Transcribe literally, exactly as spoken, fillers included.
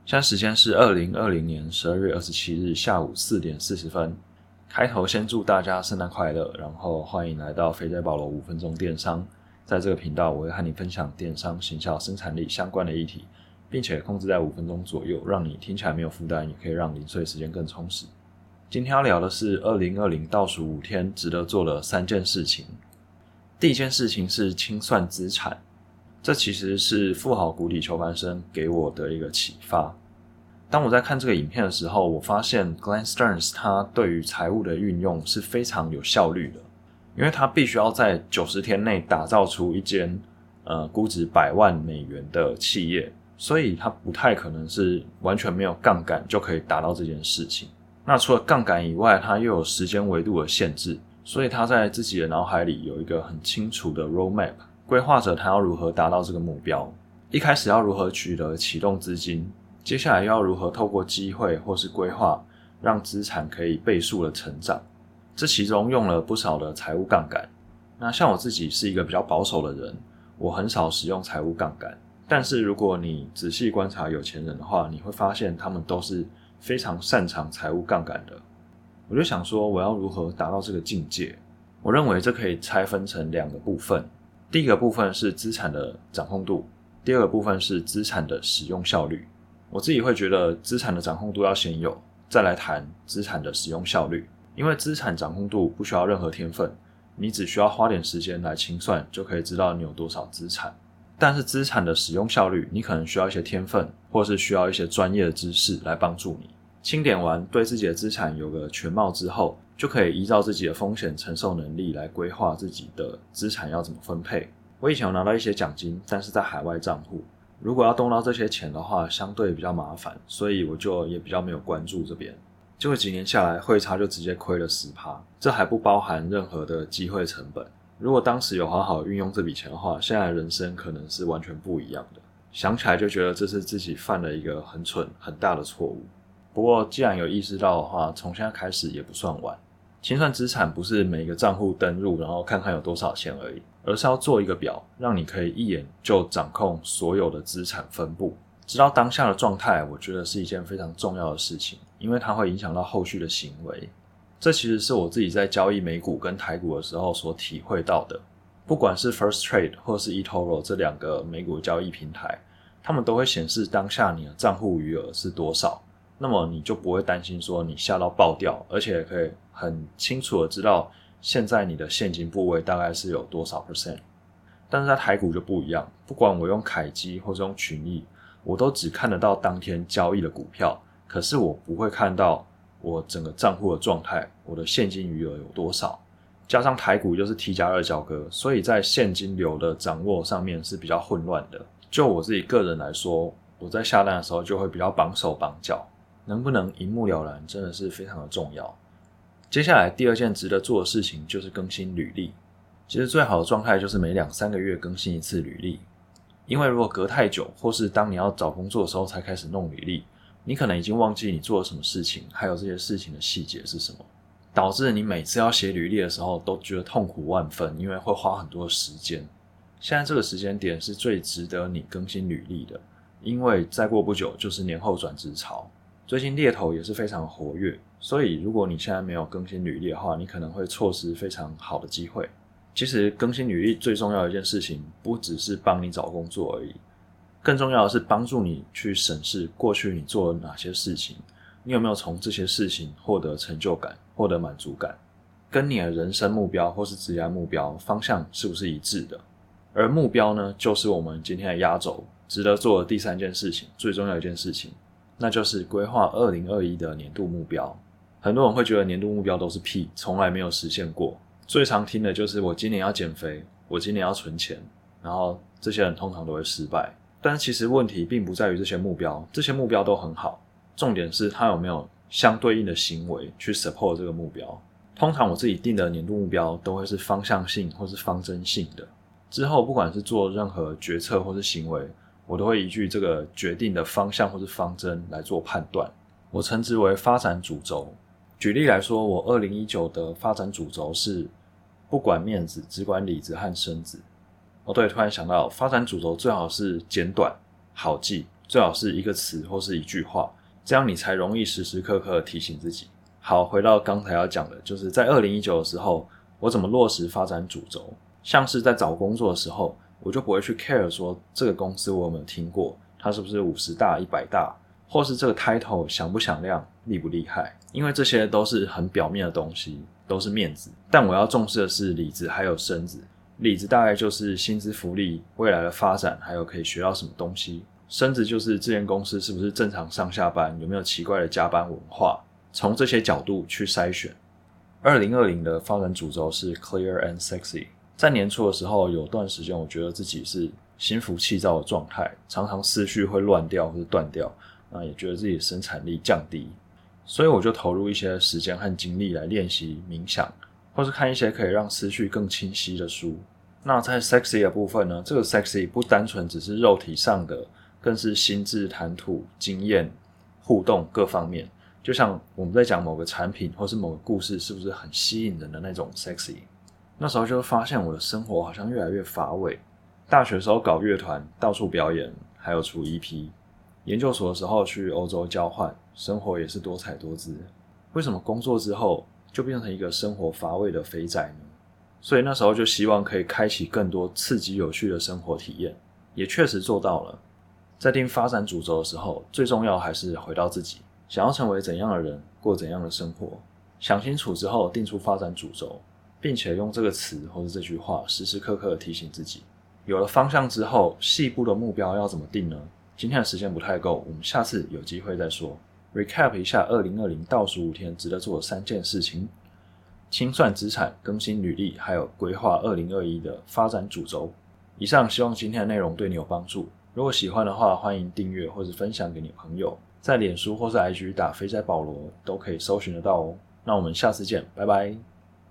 现在时间是二零二零年十二月二十七日下午四点四十分。开头先祝大家圣诞快乐，然后欢迎来到肥仔保罗五分钟电商。在这个频道，我会和你分享电商、行销、生产力相关的议题，并且控制在五分钟左右，让你听起来没有负担，也可以让零碎时间更充实。今天要聊的是二零二零倒数五天值得做的三件事情。第一件事情是清算资产，这其实是富豪谷底求翻身给我的一个启发。当我在看这个影片的时候，我发现 Glenn Stearns 他对于财务的运用是非常有效率的，因为他必须要在九十天内打造出一间呃估值百万美元的企业，所以他不太可能是完全没有杠杆就可以达到这件事情。那除了杠杆以外，他又有时间维度的限制，所以他在自己的脑海里有一个很清楚的 roadmap， 规划着他要如何达到这个目标。一开始要如何取得启动资金，接下来要如何透过机会或是规划让资产可以倍数的成长，这其中用了不少的财务杠杆。那像我自己是一个比较保守的人，我很少使用财务杠杆，但是如果你仔细观察有钱人的话，你会发现他们都是非常擅长财务杠杆的。我就想说我要如何达到这个境界，我认为这可以拆分成两个部分。第一个部分是资产的掌控度，第二个部分是资产的使用效率。我自己会觉得资产的掌控度要先有，再来谈资产的使用效率。因为资产掌控度不需要任何天分，你只需要花点时间来清算就可以知道你有多少资产。但是资产的使用效率，你可能需要一些天分，或是需要一些专业的知识来帮助你。清点完对自己的资产有个全貌之后，就可以依照自己的风险承受能力来规划自己的资产要怎么分配。我以前有拿到一些奖金，但是在海外账户，如果要动到这些钱的话，相对比较麻烦，所以我就也比较没有关注这边。结果几年下来，汇差就直接亏了 百分之十， 这还不包含任何的机会成本。如果当时有好好运用这笔钱的话，现在的人生可能是完全不一样的。想起来就觉得这是自己犯了一个很蠢很大的错误。不过既然有意识到的话，从现在开始也不算晚。清算资产不是每个账户登入然后看看有多少钱而已，而是要做一个表，让你可以一眼就掌控所有的资产分布。知道当下的状态，我觉得是一件非常重要的事情，因为它会影响到后续的行为。这其实是我自己在交易美股跟台股的时候所体会到的。不管是 First Trade 或是 eToro 这两个美股交易平台，他们都会显示当下你的账户余额是多少，那么你就不会担心说你下到爆掉，而且可以很清楚的知道现在你的现金部位大概是有多少 percent。 但是在台股就不一样，不管我用凯基或是用群益，我都只看得到当天交易的股票，可是我不会看到我整个账户的状态，我的现金余额有多少。加上台股又是 T 加二 交割，所以在现金流的掌握上面是比较混乱的。就我自己个人来说，我在下单的时候就会比较绑手绑脚，能不能一目了然真的是非常的重要。接下来第二件值得做的事情就是更新履历。其实最好的状态就是每两三个月更新一次履历，因为如果隔太久，或是当你要找工作的时候才开始弄履历，你可能已经忘记你做了什么事情，还有这些事情的细节是什么，导致你每次要写履历的时候都觉得痛苦万分，因为会花很多的时间。现在这个时间点是最值得你更新履历的，因为再过不久就是年后转职潮，最近猎头也是非常活跃，所以如果你现在没有更新履历的话，你可能会错失非常好的机会。其实更新履历最重要的一件事情，不只是帮你找工作而已，更重要的是帮助你去审视过去你做了哪些事情，你有没有从这些事情获得成就感，获得满足感，跟你的人生目标或是职业目标方向是不是一致的。而目标呢，就是我们今天的压轴，值得做的第三件事情，最重要的一件事情，那就是规划二零二一的年度目标。很多人会觉得年度目标都是屁，从来没有实现过。最常听的就是我今年要减肥，我今年要存钱，然后这些人通常都会失败。但是其实问题并不在于这些目标，这些目标都很好，重点是它有没有相对应的行为去 support 这个目标。通常我自己定的年度目标都会是方向性或是方针性的，之后不管是做任何决策或是行为，我都会依据这个决定的方向或是方针来做判断，我称之为发展主轴。举例来说，我二零一九的发展主轴是不管面子，只管里子和身子。哦对，突然想到，发展主轴最好是简短、好记、 最好是一个词或是一句话，这样你才容易时时刻刻提醒自己。好，回到刚才要讲的，就是在二零一九的时候，我怎么落实发展主轴。像是在找工作的时候，我就不会去 care 说这个公司我有没有听过，它是不是五十大、一百大，或是这个 title 响不响亮、厉不厉害，因为这些都是很表面的东西，都是面子。但我要重视的是里子还有深子。里子大概就是薪资福利、未来的发展，还有可以学到什么东西。深子就是这间公司是不是正常上下班，有没有奇怪的加班文化，从这些角度去筛选。二零二零的发展主轴是 Clear and Sexy。 在年初的时候，有段时间我觉得自己是心浮气躁的状态，常常思绪会乱掉或是断掉，那也觉得自己的生产力降低，所以我就投入一些时间和精力来练习冥想，或是看一些可以让思绪更清晰的书。那在 Sexy 的部分呢，这个 Sexy 不单纯只是肉体上的，更是心智、谈吐、经验、互动各方面。就像我们在讲某个产品或是某个故事是不是很吸引人的那种 Sexy。 那时候就发现我的生活好像越来越乏味。大学的时候搞乐团，到处表演，还有出 E P。 研究所的时候去欧洲交换，生活也是多彩多姿。为什么工作之后就变成一个生活乏味的肥宅呢？所以那时候就希望可以开启更多刺激有趣的生活体验，也确实做到了。在定发展主轴的时候，最重要还是回到自己，想要成为怎样的人，过怎样的生活。想清楚之后定出发展主轴，并且用这个词或是这句话时时刻刻提醒自己。有了方向之后，细部的目标要怎么定呢？今天的时间不太够，我们下次有机会再说。 Recap 一下二零二零倒数五天值得做的三件事情：清算资产、更新履历，还有规划二零二一的发展主轴。以上希望今天的内容对你有帮助。如果喜欢的话，欢迎订阅或是分享给你朋友，在脸书或是 I G 打肥仔保罗都可以搜寻得到哦。那我们下次见，拜拜。